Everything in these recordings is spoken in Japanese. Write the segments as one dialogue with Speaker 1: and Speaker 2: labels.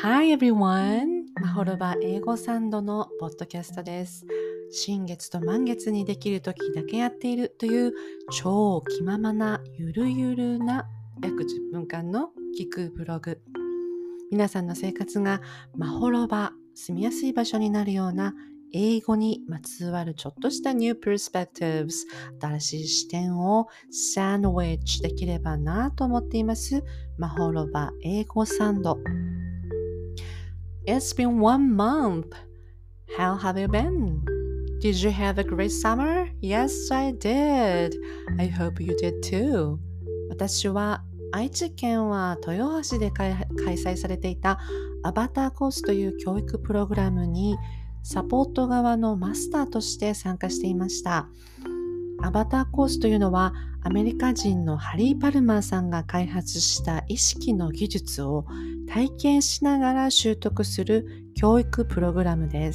Speaker 1: Hi everyone! まほろば英語サンドのポッドキャストです。新月と満月にできる時だけやっているという超気ままなゆるゆるな約10分間の聞くブログ。皆さんの生活がまほろば住みやすい場所になるような英語にまつわるちょっとした New Perspectives 新しい視点をサンドウィッチできればなと思っていますまほろば英語サンド。It's been 1 month. How have you been? Did you have a great summer? Yes, I did. I hope you did too. 私は愛知県は豊橋で開催されていたアバターコースという教育プログラムにサポート側のマスターとして参加していました。アバターコースというのはアメリカ人のハリー・パルマーさんが開発した意識の技術を体験しながら習得する教育プログラムです。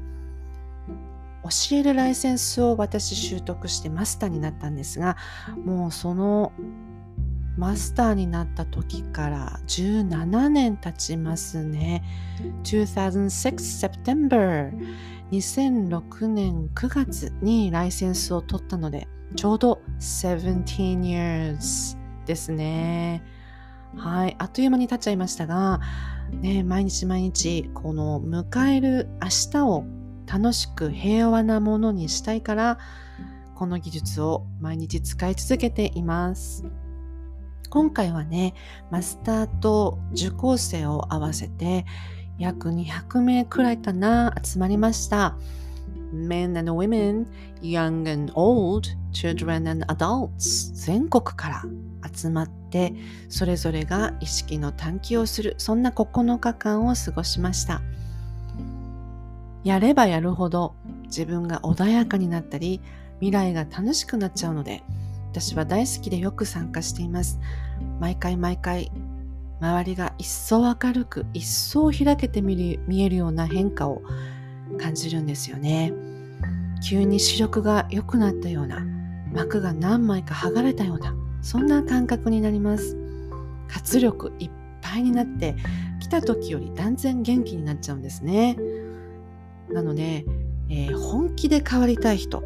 Speaker 1: 教えるライセンスを私習得してマスターになったんですが、もうそのマスターになった時から17年経ちますね。2006 September 2006年9月にライセンスを取ったのでちょうど17 years ですね。はい、あっという間に経っちゃいましたが、ね、毎日毎日この迎える明日を楽しく平和なものにしたいからこの技術を毎日使い続けています。今回はね、マスターと受講生を合わせて約200名くらいかな集まりました。Men and women, young and old, children and adults 全国から集まってそれぞれが意識の探求をする、そんな9日間を過ごしました。やればやるほど自分が穏やかになったり未来が楽しくなっちゃうので私は大好きでよく参加しています。毎回周りが一層明るく一層開けて見えるような変化を感じるんですよね。急に視力が良くなったような、膜が何枚か剥がれたような、そんな感覚になります。活力いっぱいになって来た時より断然元気になっちゃうんですね。なので、本気で変わりたい人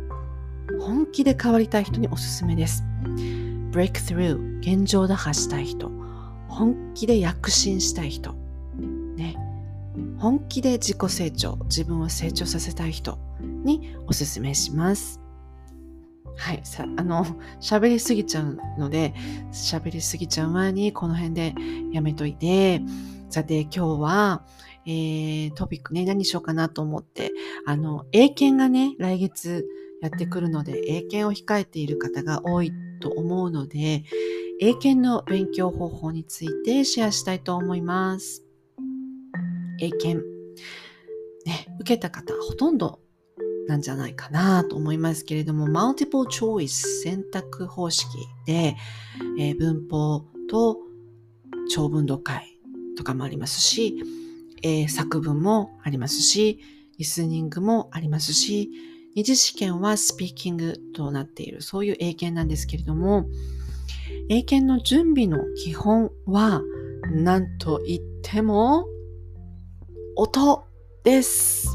Speaker 1: におすすめです。Breakthrough 現状打破したい人、本気で躍進したい人、ね、本気で自己成長、自分を成長させたい人におすすめします。はい、喋りすぎちゃうので、喋りすぎちゃう前にこの辺でやめといて、さて今日は、トピックね、何しようかなと思って、英検がね、来月やってくるので、英検を控えている方が多いと思うので、英検の勉強方法についてシェアしたいと思います。英検、ね、受けた方ほとんどなんじゃないかなと思いますけれども、マルティプルチョイス選択方式で、文法と長文読解とかもありますし、作文もありますし、リスニングもありますし、二次試験はスピーキングとなっている、そういう英検なんですけれども、英検の準備の基本は何と言っても音です。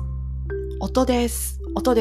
Speaker 1: 音です。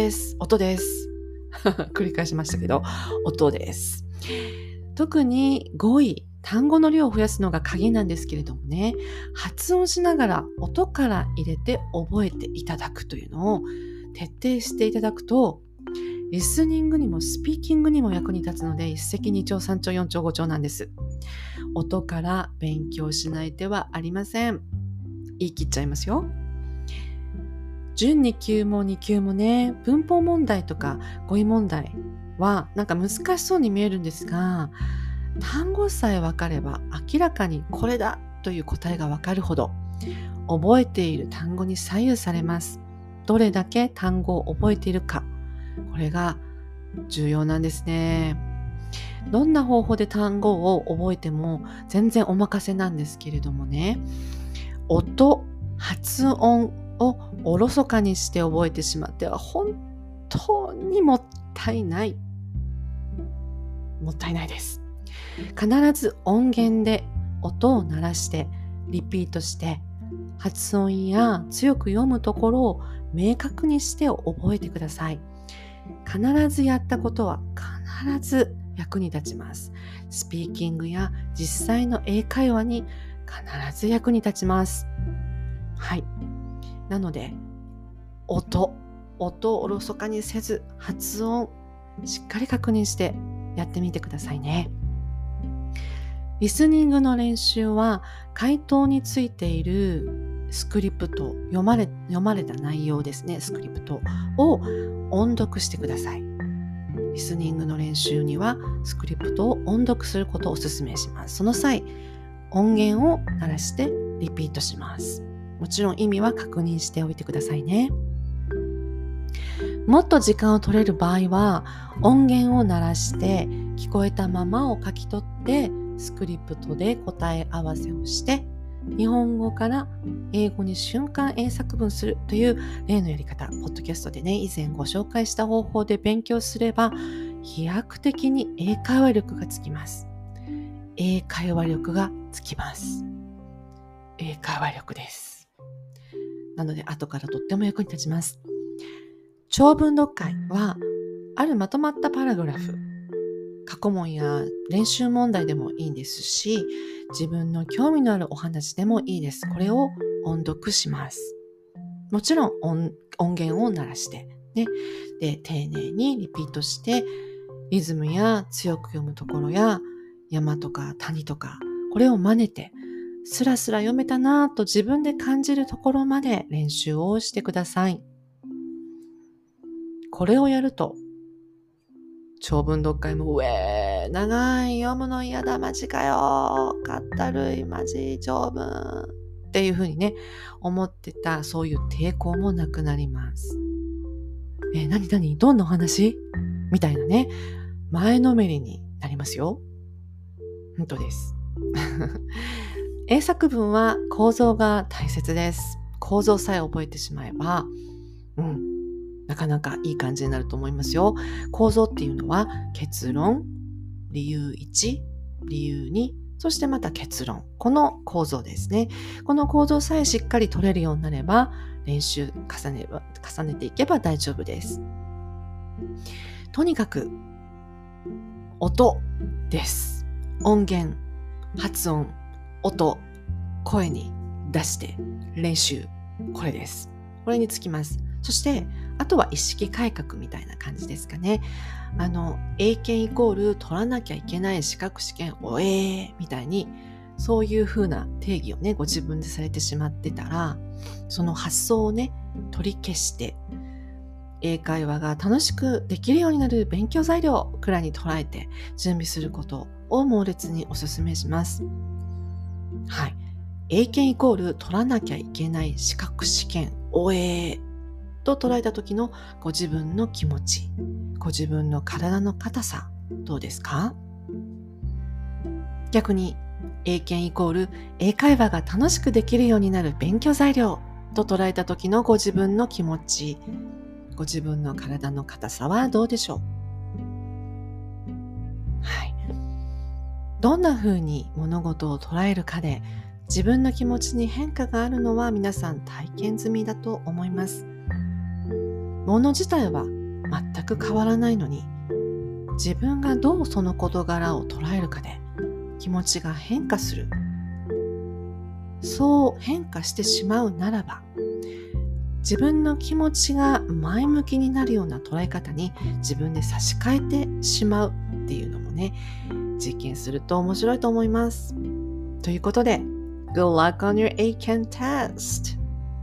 Speaker 1: 繰り返しましたけど、音です。特に語彙、単語の量を増やすのが鍵なんですけれどもね、発音しながら音から入れて覚えていただくというのを徹底していただくと、リスニングにもスピーキングにも役に立つので、一石二鳥三鳥四鳥五鳥なんです。音から勉強しない手はありません。言い切っちゃいますよ。準2級も2級もね、文法問題とか語彙問題はなんか難しそうに見えるんですが、単語さえ分かれば明らかにこれだという答えが分かるほど覚えている単語に左右されます。どれだけ単語を覚えているか、これが重要なんですね。どんな方法で単語を覚えても全然お任せなんですけれどもね、音、発音をおろそかにして覚えてしまっては本当にもったいないです。必ず音源で音を鳴らしてリピートして発音や強く読むところを明確にして覚えてください。必ずやったことは必ず役に立ちます。スピーキングや実際の英会話に必ず役に立ちます。はい。なので、音をおろそかにせず、発音しっかり確認してやってみてくださいね。リスニングの練習は回答についているスクリプト、読まれた内容ですね、スクリプトを音読してください。リスニングの練習にはスクリプトを音読することをお勧めします。その際、音源を鳴らしてリピートします。もちろん意味は確認しておいてくださいね。もっと時間を取れる場合は、音源を鳴らして聞こえたままを書き取ってスクリプトで答え合わせをして、日本語から英語に瞬間英作文するという例のやり方、ポッドキャストでね、以前ご紹介した方法で勉強すれば、飛躍的に英会話力がつきます。英会話力がつきます。英会話力です。なので、後からとっても役に立ちます。長文読解は、あるまとまったパラグラフ、過去問や練習問題でもいいですし、自分の興味のあるお話でもいいです。これを音読します。もちろん 音源を鳴らして、ね、で丁寧にリピートして、リズムや強く読むところや山とか谷とか、これを真似て、スラスラ読めたなぁと自分で感じるところまで練習をしてください。これをやると、長文読解も、長い、読むの嫌だ、マジかよ、かったるい、マジ長文っていうふうにね、思ってた、そういう抵抗もなくなります。何どんなお話みたいなね、前のめりになりますよ。本当です。英作文は構造が大切です。構造さえ覚えてしまえば、なかなかいい感じになると思いますよ。構造っていうのは結論、理由1、理由2、そしてまた結論。この構造ですね。この構造さえしっかり取れるようになれば、練習重ねていけば大丈夫です。とにかく音です。音源、発音、音、声に出して練習。これです。これにつきます。そして、あとは意識改革みたいな感じですかね。英検イコール取らなきゃいけない資格試験、みたいに、そういう風な定義をね、ご自分でされてしまってたら、その発想をね、取り消して、英会話が楽しくできるようになる勉強材料くらいに捉えて準備することを猛烈にお勧めします。はい。英検イコール取らなきゃいけない資格試験、と捉えた時のご自分の気持ち、ご自分の体の硬さ、どうですか？逆に、英検イコール英会話が楽しくできるようになる勉強材料と捉えた時のご自分の気持ち、ご自分の体の硬さはどうでしょう？はい。どんな風に物事を捉えるかで、自分の気持ちに変化があるのは皆さん体験済みだと思います。物自体は全く変わらないのに、自分がどうその事柄を捉えるかで気持ちが変化する。そう変化してしまうならば、自分の気持ちが前向きになるような捉え方に自分で差し替えてしまうっていうのもね、実験すると面白いと思います。ということで、Good luck on your ACAN test!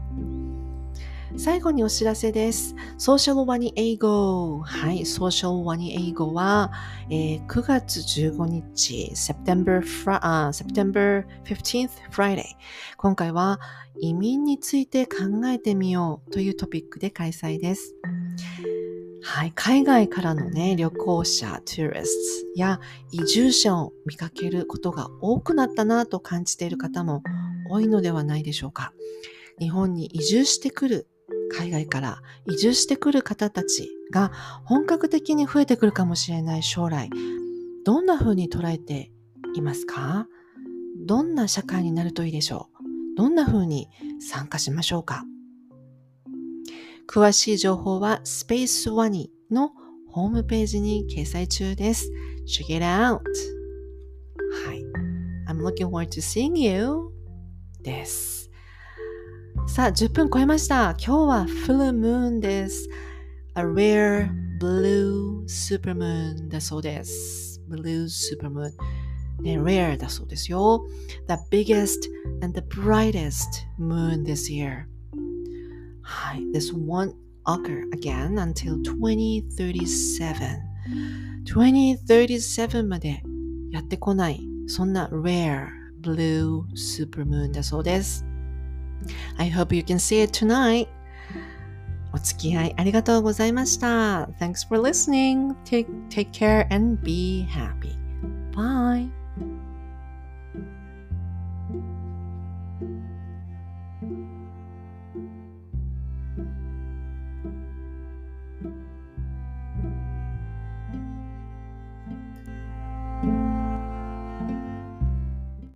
Speaker 1: 最後にお知らせです。ソーシャルワニ英語。はい、ソーシャルワニ英語は、9月15日、September 15th Friday。今回は移民について考えてみようというトピックで開催です。はい、海外からのね、旅行者、tourists や移住者を見かけることが多くなったなと感じている方も多いのではないでしょうか。日本に移住してくる、海外から移住してくる方たちが本格的に増えてくるかもしれない将来、どんな風に捉えていますか？どんな社会になるといいでしょう？ どんな風に参加しましょうか？詳しい情報は Space One のホームページに掲載中です。Check it out! はい。I'm looking forward to seeing you です。さあ、10分超えました。今日は Full Moon です。A rare blue supermoon だそうです。Blue supermoon。ね、rare だそうですよ。The biggest and the brightest moon this year. はい。This won't occur again until 2037. 2037までやってこない。そんな rare blue supermoon だそうです。I hope you can see it tonight. お付き合いありがとうございました。Thanks for listening. Take care and be happy. Bye.